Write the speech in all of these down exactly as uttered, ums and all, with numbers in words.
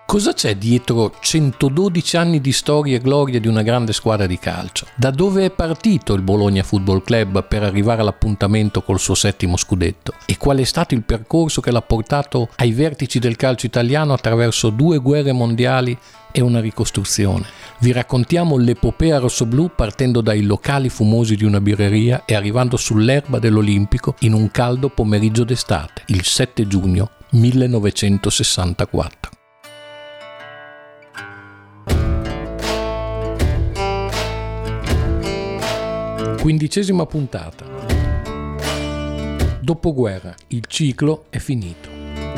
Cosa c'è dietro centododici anni di storia e gloria di una grande squadra di calcio? Da dove è partito il Bologna Football Club per arrivare all'appuntamento col suo settimo scudetto? E qual è stato il percorso che l'ha portato ai vertici del calcio italiano attraverso due guerre mondiali e una ricostruzione? Vi raccontiamo l'epopea rossoblù partendo dai locali fumosi di una birreria e arrivando sull'erba dell'Olimpico in un caldo pomeriggio d'estate, il sette giugno millenovecentosessantaquattro. Quindicesima puntata. Dopoguerra, il ciclo è finito.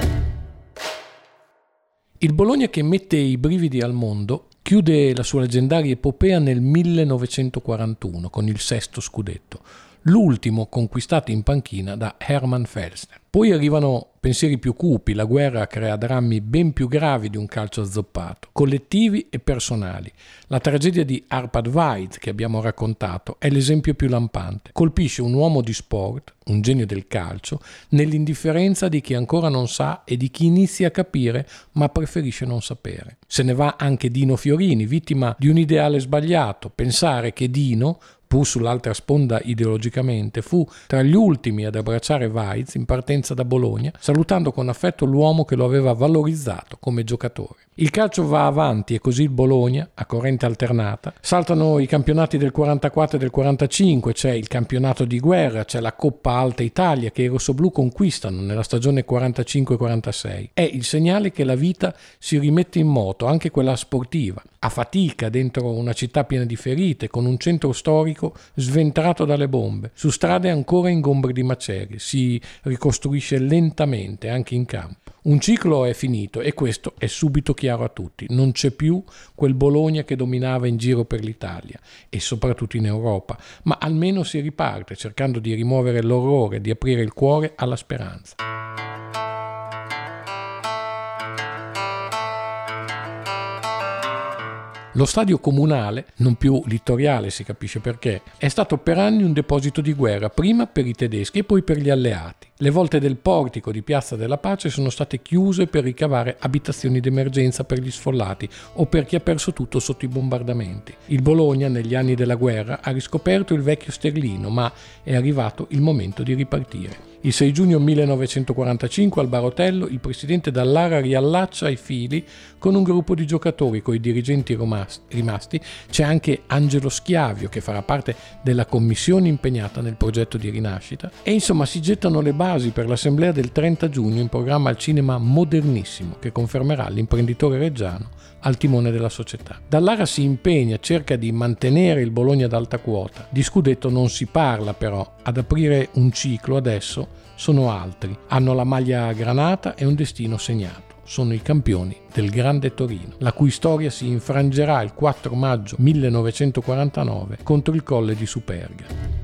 Il Bologna che mette i brividi al mondo chiude la sua leggendaria epopea nel millenovecentoquarantuno con il sesto scudetto, l'ultimo conquistato in panchina da Hermann Felsner. Poi arrivano pensieri più cupi, la guerra crea drammi ben più gravi di un calcio azzoppato, collettivi e personali. La tragedia di Arpad White che abbiamo raccontato è l'esempio più lampante. Colpisce un uomo di sport, un genio del calcio, nell'indifferenza di chi ancora non sa e di chi inizia a capire ma preferisce non sapere. Se ne va anche Dino Fiorini, vittima di un ideale sbagliato, pensare che Dino, pur sull'altra sponda ideologicamente, fu tra gli ultimi ad abbracciare Weiz in partenza da Bologna, salutando con affetto l'uomo che lo aveva valorizzato come giocatore. Il calcio va avanti e così il Bologna, a corrente alternata, saltano i campionati del quarantaquattro e del quarantacinque, c'è il campionato di guerra, c'è la Coppa Alta Italia che i rossoblù conquistano nella stagione quarantacinque quarantasei. È il segnale che la vita si rimette in moto, anche quella sportiva, a fatica dentro una città piena di ferite, con un centro storico sventrato dalle bombe, su strade ancora ingombre di macerie, si ricostruisce lentamente anche in campo. Un ciclo è finito e questo è subito chiaro a tutti. Non c'è più quel Bologna che dominava in giro per l'Italia e soprattutto in Europa, ma almeno si riparte cercando di rimuovere l'orrore, di aprire il cuore alla speranza. Lo stadio comunale, non più littoriale si capisce perché, è stato per anni un deposito di guerra, prima per i tedeschi e poi per gli alleati. Le volte del portico di Piazza della Pace sono state chiuse per ricavare abitazioni d'emergenza per gli sfollati o per chi ha perso tutto sotto i bombardamenti. Il Bologna, negli anni della guerra, ha riscoperto il vecchio sterlino, ma è arrivato il momento di ripartire. Il sei giugno millenovecentoquarantacinque al Barotello il presidente Dallara riallaccia i fili con un gruppo di giocatori, coi dirigenti rimasti. C'è anche Angelo Schiavio che farà parte della commissione impegnata nel progetto di rinascita e insomma si gettano le basi per l'assemblea del trenta giugno in programma al cinema Modernissimo che confermerà l'imprenditore reggiano al timone della società. Dallara si impegna, cerca di mantenere il Bologna ad alta quota. Di scudetto non si parla però, ad aprire un ciclo adesso sono altri. Hanno la maglia granata e un destino segnato. Sono i campioni del Grande Torino, la cui storia si infrangerà il quattro maggio millenovecentoquarantanove contro il Colle di Superga.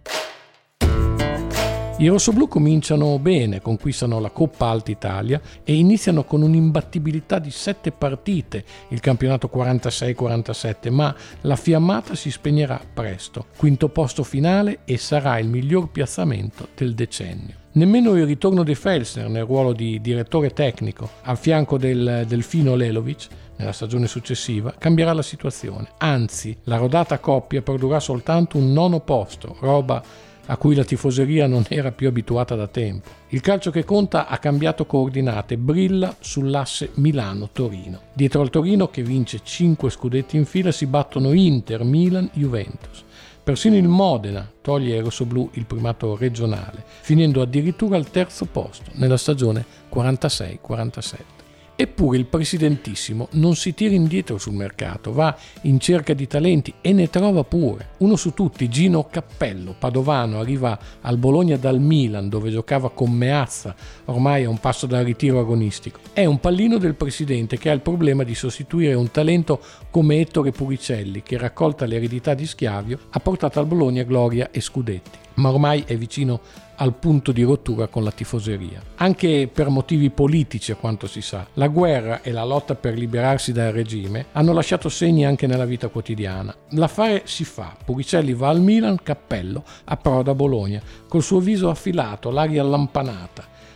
I rossoblù cominciano bene, conquistano la Coppa Alta Italia e iniziano con un'imbattibilità di sette partite il campionato quarantasei quarantasette, ma la fiammata si spegnerà presto. Quinto posto finale e sarà il miglior piazzamento del decennio. Nemmeno il ritorno di Felsner nel ruolo di direttore tecnico al fianco del Delfino Lelovic nella stagione successiva cambierà la situazione. Anzi, la rodata coppia produrrà soltanto un nono posto, roba a cui la tifoseria non era più abituata da tempo. Il calcio che conta ha cambiato coordinate, brilla sull'asse Milano-Torino. Dietro al Torino, che vince cinque scudetti in fila, si battono Inter, Milan, Juventus. Persino il Modena toglie ai rossoblù il primato regionale, finendo addirittura al terzo posto nella stagione quarantasei quarantasette. Eppure il presidentissimo non si tira indietro sul mercato, va in cerca di talenti e ne trova pure. Uno su tutti, Gino Cappello, padovano, arriva al Bologna dal Milan dove giocava con Meazza, ormai a un passo dal ritiro agonistico. È un pallino del presidente che ha il problema di sostituire un talento come Ettore Puricelli che, raccolta l'eredità di Schiavio, ha portato al Bologna gloria e scudetti, ma ormai è vicino al punto di rottura con la tifoseria. Anche per motivi politici, a quanto si sa, la guerra e la lotta per liberarsi dal regime hanno lasciato segni anche nella vita quotidiana. L'affare si fa, Puricelli va al Milan, Cappello approda a Bologna, col suo viso affilato, l'aria allampanata.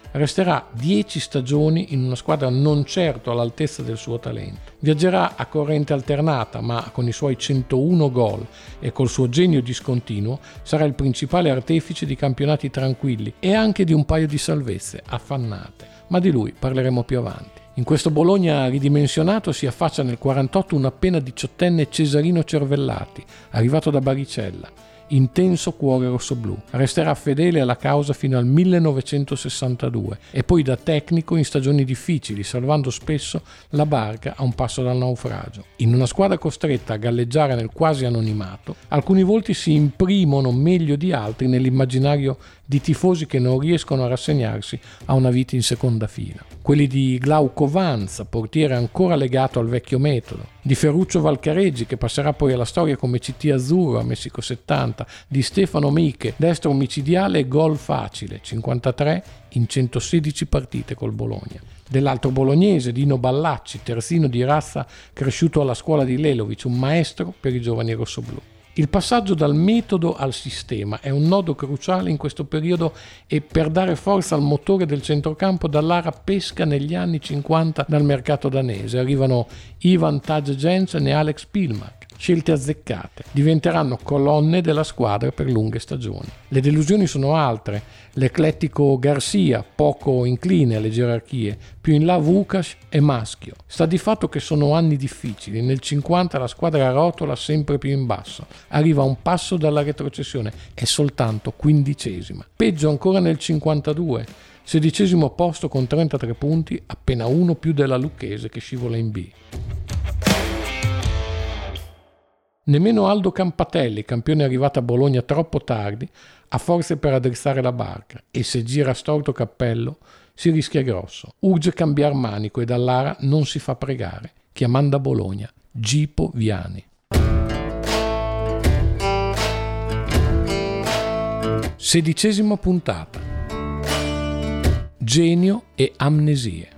Resterà dieci stagioni in una squadra non certo all'altezza del suo talento. Viaggerà a corrente alternata, ma con i suoi centouno gol e col suo genio discontinuo sarà il principale artefice di campionati tranquilli e anche di un paio di salvezze affannate. Ma di lui parleremo più avanti. In questo Bologna ridimensionato si affaccia nel quarantotto un appena diciottenne Cesarino Cervellati, arrivato da Baricella. Intenso cuore rossoblù, resterà fedele alla causa fino al millenovecentosessantadue e poi da tecnico in stagioni difficili, salvando spesso la barca a un passo dal naufragio. In una squadra costretta a galleggiare nel quasi anonimato, alcuni volti si imprimono meglio di altri nell'immaginario di tifosi che non riescono a rassegnarsi a una vita in seconda fila. Quelli di Glauco Vanza, portiere ancora legato al vecchio metodo, di Ferruccio Valcareggi, che passerà poi alla storia come C T azzurro a Messico settanta, di Stefano Miche, destro micidiale e gol facile, cinquantatré in centosedici partite col Bologna. Dell'altro bolognese, Dino Ballacci, terzino di razza cresciuto alla scuola di Lelovic, un maestro per i giovani rossoblù. Il passaggio dal metodo al sistema è un nodo cruciale in questo periodo e per dare forza al motore del centrocampo Dallara pesca negli anni cinquanta dal mercato danese. Arrivano Ivan Taj Jensen e Alex Pilmark. Scelte azzeccate, diventeranno colonne della squadra per lunghe stagioni. Le delusioni sono altre, l'eclettico Garcia, poco incline alle gerarchie, più in là Vukas e Maschio. Sta di fatto che sono anni difficili, nel cinquanta la squadra rotola sempre più in basso, arriva a un passo dalla retrocessione, è soltanto quindicesima. Peggio ancora nel cinquantadue, sedicesimo posto con trentatré punti, appena uno più della Lucchese che scivola in B. Nemmeno Aldo Campatelli, campione arrivato a Bologna troppo tardi, ha forze per addrizzare la barca e se gira storto cappello si rischia grosso. Urge cambiar manico e Dallara non si fa pregare, chiamando a Bologna Gipo Viani. Sedicesima puntata. Genio e amnesie.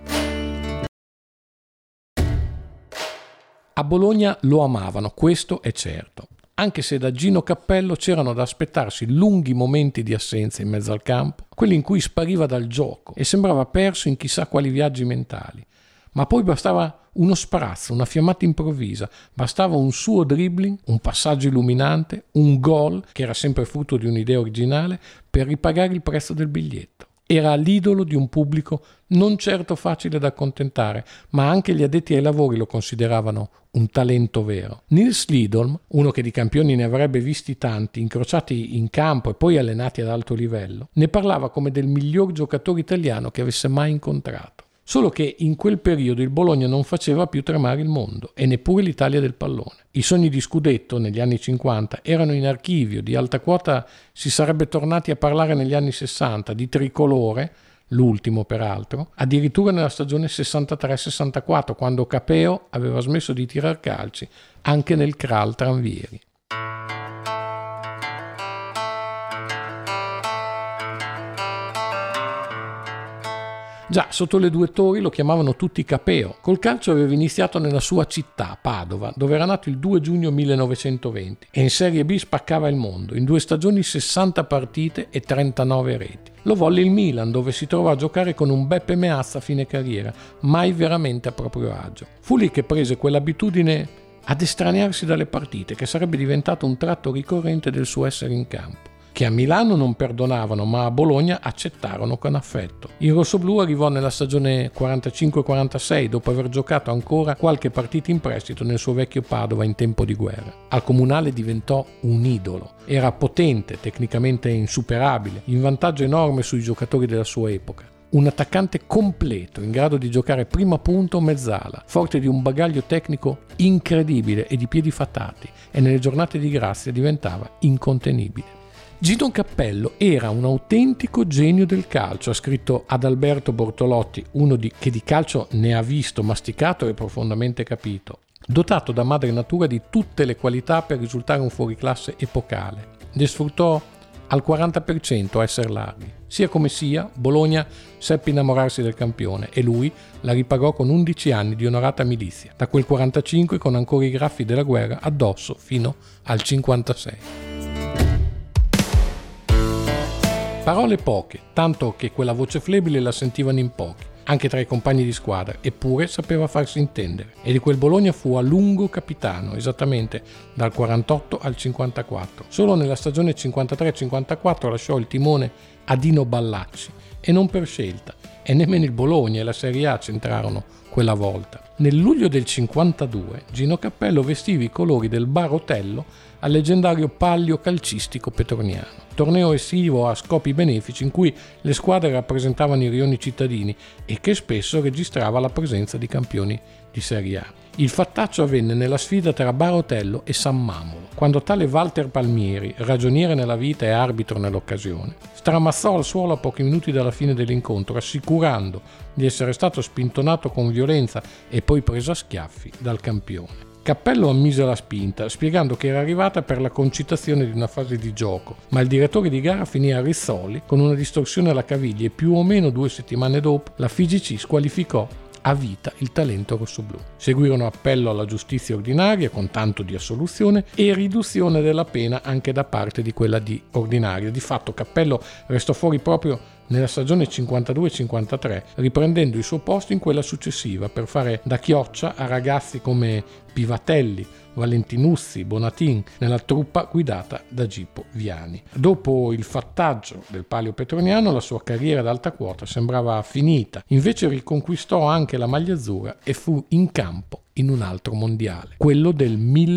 A Bologna lo amavano, questo è certo, anche se da Gino Cappello c'erano da aspettarsi lunghi momenti di assenza in mezzo al campo, quelli in cui spariva dal gioco e sembrava perso in chissà quali viaggi mentali. Ma poi bastava uno sprazzo, una fiammata improvvisa, bastava un suo dribbling, un passaggio illuminante, un gol, che era sempre frutto di un'idea originale, per ripagare il prezzo del biglietto. Era l'idolo di un pubblico non certo facile da accontentare, ma anche gli addetti ai lavori lo consideravano un talento vero. Nils Lidholm, uno che di campioni ne avrebbe visti tanti, incrociati in campo e poi allenati ad alto livello, ne parlava come del miglior giocatore italiano che avesse mai incontrato. Solo che in quel periodo il Bologna non faceva più tremare il mondo e neppure l'Italia del pallone. I sogni di scudetto negli anni cinquanta erano in archivio, di alta quota si sarebbe tornati a parlare negli anni sessanta, di tricolore, l'ultimo peraltro, addirittura nella stagione sessantatré sessantaquattro, quando Capeo aveva smesso di tirar calci anche nel Kral Tranvieri. Già, sotto le due torri lo chiamavano tutti Capeo. Col calcio aveva iniziato nella sua città, Padova, dove era nato il due giugno millenovecentoventi e in Serie B spaccava il mondo. In due stagioni sessanta partite e trentanove reti. Lo volle il Milan, dove si trovò a giocare con un Beppe Meazza a fine carriera, mai veramente a proprio agio. Fu lì che prese quell'abitudine ad estraniarsi dalle partite, che sarebbe diventato un tratto ricorrente del suo essere in campo, che a Milano non perdonavano, ma a Bologna accettarono con affetto. Il rossoblù arrivò nella stagione quarantacinque quarantasei, dopo aver giocato ancora qualche partita in prestito nel suo vecchio Padova in tempo di guerra. Al Comunale diventò un idolo. Era potente, tecnicamente insuperabile, in vantaggio enorme sui giocatori della sua epoca. Un attaccante completo, in grado di giocare prima punta o mezzala, forte di un bagaglio tecnico incredibile e di piedi fatati, e nelle giornate di grazia diventava incontenibile. Gino Cappello era un autentico genio del calcio, ha scritto Adalberto Bortolotti, uno di, che di calcio ne ha visto, masticato e profondamente capito. Dotato da madre natura di tutte le qualità per risultare un fuoriclasse epocale. Ne sfruttò al quaranta per cento a essere larghi. Sia come sia, Bologna seppe innamorarsi del campione e lui la ripagò con undici anni di onorata milizia, da quel quarantacinque con ancora i graffi della guerra addosso fino al cinquantasei. Parole poche, tanto che quella voce flebile la sentivano in pochi, anche tra i compagni di squadra, eppure sapeva farsi intendere. E di quel Bologna fu a lungo capitano, esattamente dal quarantotto al cinquantaquattro. Solo nella stagione cinquantatré cinquantaquattro lasciò il timone a Dino Ballacci, e non per scelta, e nemmeno il Bologna e la Serie A c'entrarono quella volta. Nel luglio del cinquantadue Gino Cappello vestiva i colori del Barotello al leggendario Palio Calcistico Petroniano, torneo estivo a scopi benefici in cui le squadre rappresentavano i rioni cittadini e che spesso registrava la presenza di campioni di Serie A. Il fattaccio avvenne nella sfida tra Barotello e San Mamolo, quando tale Walter Palmieri, ragioniere nella vita e arbitro nell'occasione, stramazzò al suolo a pochi minuti dalla fine dell'incontro, assicurando di essere stato spintonato con violenza e poi preso a schiaffi dal campione. Cappello ammise la spinta, spiegando che era arrivata per la concitazione di una fase di gioco, ma il direttore di gara finì a Rizzoli con una distorsione alla caviglia e più o meno due settimane dopo la F I G C squalificò a vita il talento rossoblù. Seguirono appello alla giustizia ordinaria con tanto di assoluzione e riduzione della pena anche da parte di quella di ordinaria. Di fatto Cappello restò fuori proprio nella stagione cinquantadue cinquantatré, riprendendo il suo posto in quella successiva per fare da chioccia a ragazzi come Pivatelli, Valentinuzzi, Bonatin nella truppa guidata da Gippo Viani. Dopo il fattaggio del Palio Petroniano la sua carriera ad alta quota sembrava finita, invece riconquistò anche la maglia azzurra e fu in campo in un altro mondiale, quello del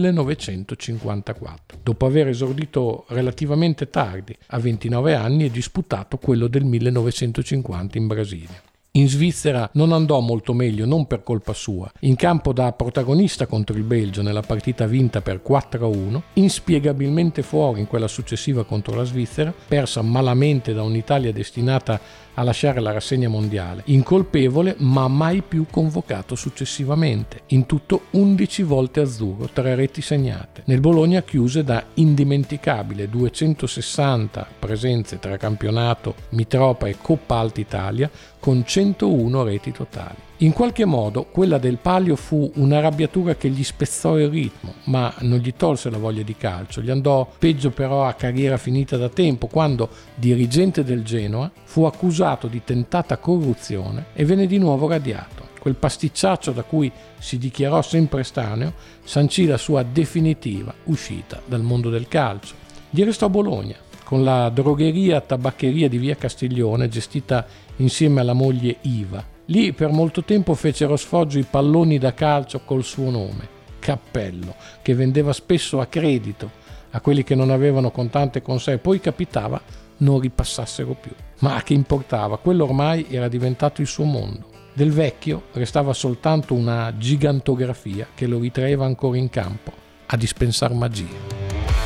millenovecentocinquantaquattro, dopo aver esordito relativamente tardi, a ventinove anni, e disputato quello del millenovecentocinquanta in Brasile. In Svizzera non andò molto meglio, non per colpa sua. In campo da protagonista contro il Belgio nella partita vinta per quattro a uno, inspiegabilmente fuori in quella successiva contro la Svizzera, persa malamente da un'Italia destinata a lasciare la rassegna mondiale, incolpevole ma mai più convocato successivamente, in tutto undici volte azzurro, tre reti segnate. Nel Bologna chiuse da indimenticabile duecentosessanta presenze tra campionato, Mitropa e Coppa Alta Italia, con centouno reti totali. In qualche modo quella del Palio fu un'arrabbiatura che gli spezzò il ritmo, ma non gli tolse la voglia di calcio. Gli andò peggio però a carriera finita da tempo, quando, dirigente del Genoa, fu accusato di tentata corruzione e venne di nuovo radiato. Quel pasticciaccio da cui si dichiarò sempre estraneo sancì la sua definitiva uscita dal mondo del calcio. Gli restò Bologna, con la drogheria tabaccheria di via Castiglione, gestita insieme alla moglie Iva. Lì per molto tempo fecero sfoggio i palloni da calcio col suo nome, Cappello, che vendeva spesso a credito a quelli che non avevano contante con sé, poi capitava non ripassassero più. Ma che importava? Quello ormai era diventato il suo mondo. Del vecchio restava soltanto una gigantografia che lo ritraeva ancora in campo a dispensar magie.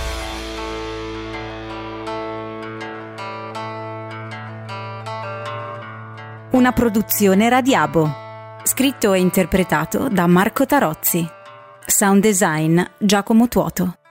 Una produzione Radiabo. Scritto e interpretato da Marco Tarozzi. Sound design Giacomo Tuoto.